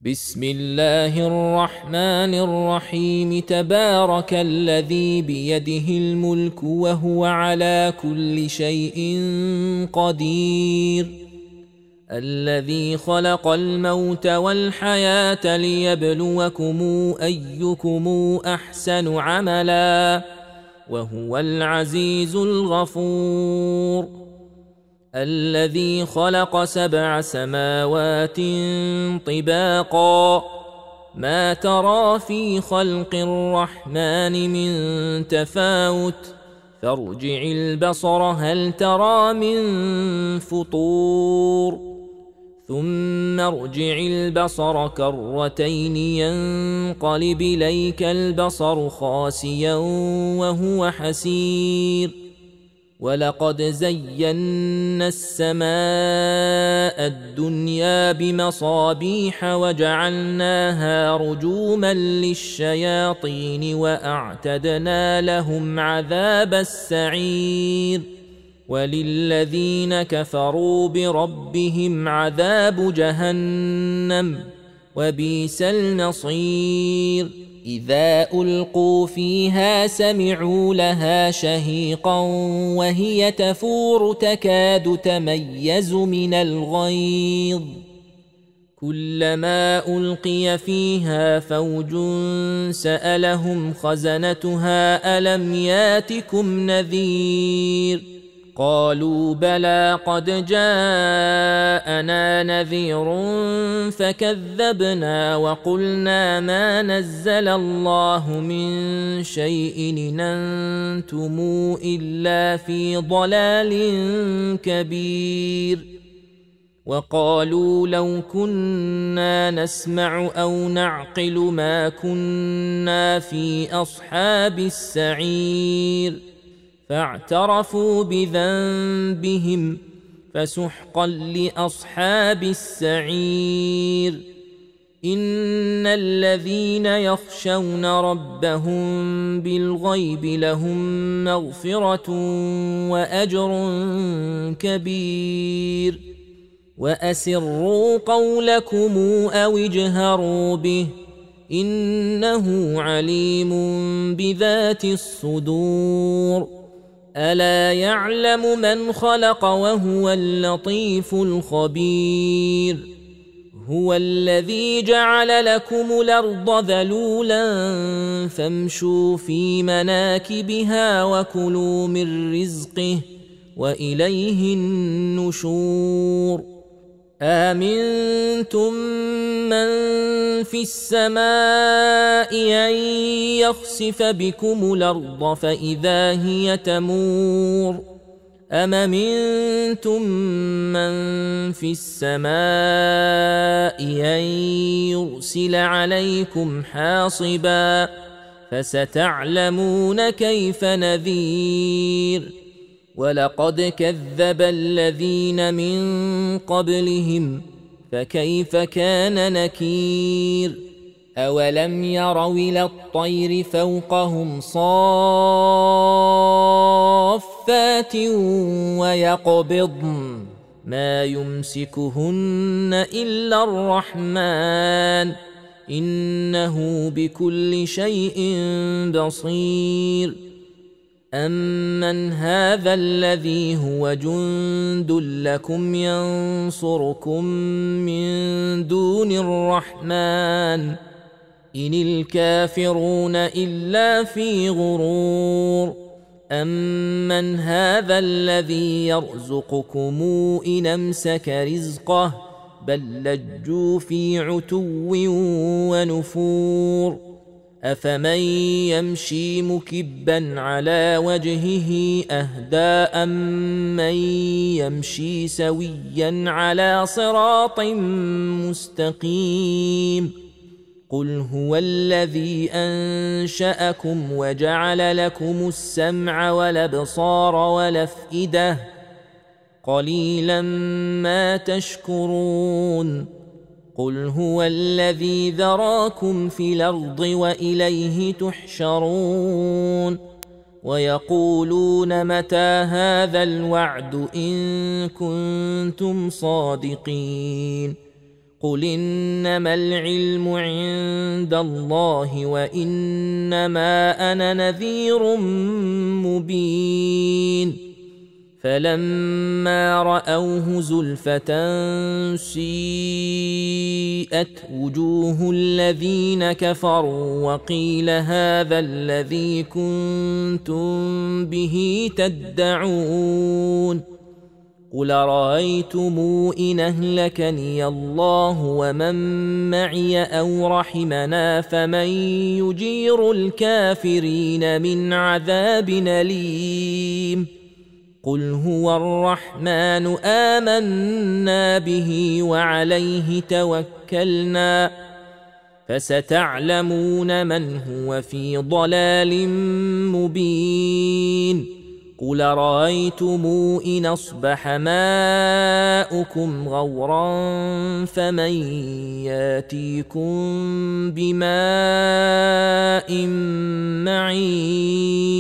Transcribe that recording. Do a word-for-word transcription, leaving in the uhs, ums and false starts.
بسم الله الرحمن الرحيم. تبارك الذي بيده الملك وهو على كل شيء قدير، الذي خلق الموت والحياة ليبلوكم أيكم أحسن عملا، وهو العزيز الغفور. الذي خلق سبع سماوات طباقا، ما ترى في خلق الرحمن من تفاوت، فارجع البصر هل ترى من فطور، ثم ارجع البصر كرتين ينقلب إليك البصر خاسئا وهو حسير. ولقد زينا السماء الدنيا بمصابيح وجعلناها رجوما للشياطين وأعتدنا لهم عذاب السعير. وللذين كفروا بربهم عذاب جهنم وبئس المصير. إذا ألقوا فيها سمعوا لها شهيقا وهي تفور تكاد تميز من الغيظ، كلما ألقي فيها فوج سألهم خزنتها ألم ياتكم نذير، قالوا بلى قد جاءنا نذير فكذبنا وقلنا ما نزل الله من شيء إن أنتم إلا في ضلال كبير. وقالوا لو كنا نسمع أو نعقل ما كنا في أصحاب السعير، فاعترفوا بذنبهم فسحقا لأصحاب السعير. إن الذين يخشون ربهم بالغيب لهم مغفرة وأجر كبير. وأسروا قولكم أو اجهروا به إنه عليم بذات الصدور. ألا يعلم من خلق وهو اللطيف الخبير. هو الذي جعل لكم الأرض ذلولا فامشوا في مناكبها وكلوا من رزقه وإليه النشور. آمنتم من في السماء أن يخسف بكم الأرض فإذا هي تمور، أم أمنتم من في السماء أن يرسل عليكم حاصبا، فستعلمون كيف نذير. ولقد كذب الذين من قبلهم فكيف كان نكير. أولم يروا إلى الطير فوقهم صافات ويقبضن ما يمسكهن إلا الرحمن إنه بكل شيء بصير. أمن هذا الذي هو جند لكم ينصركم من دون الرحمن إن الكافرون إلا في غرور. أمن هذا الذي يرزقكم إن أمسك رزقه بل لجوا في عتو ونفور. أفمن يمشي مكبا على وجهه أهدى أمن يمشي سويا على صراط مستقيم. قل هو الذي أنشأكم وجعل لكم السمع والأبصار والأفئدة قليلا ما تشكرون. قل هو الذي ذراكم في الأرض وإليه تحشرون. ويقولون متى هذا الوعد إن كنتم صادقين قل إنما العلم عند الله وإنما أنا نذير مبين فلما رأوه زلفة سيئت وجوه الذين كفروا وقيل هذا الذي كنتم به تدعون قل رأيتم إن أهلكني الله ومن معي أو رحمنا فمن يجير الكافرين من عذاب أليم قل هو الرحمن آمنا به وعليه توكلنا فستعلمون من هو في ضلال مبين قل رأيتم إن أصبح ماؤكم غورا فمن ياتيكم بماء معين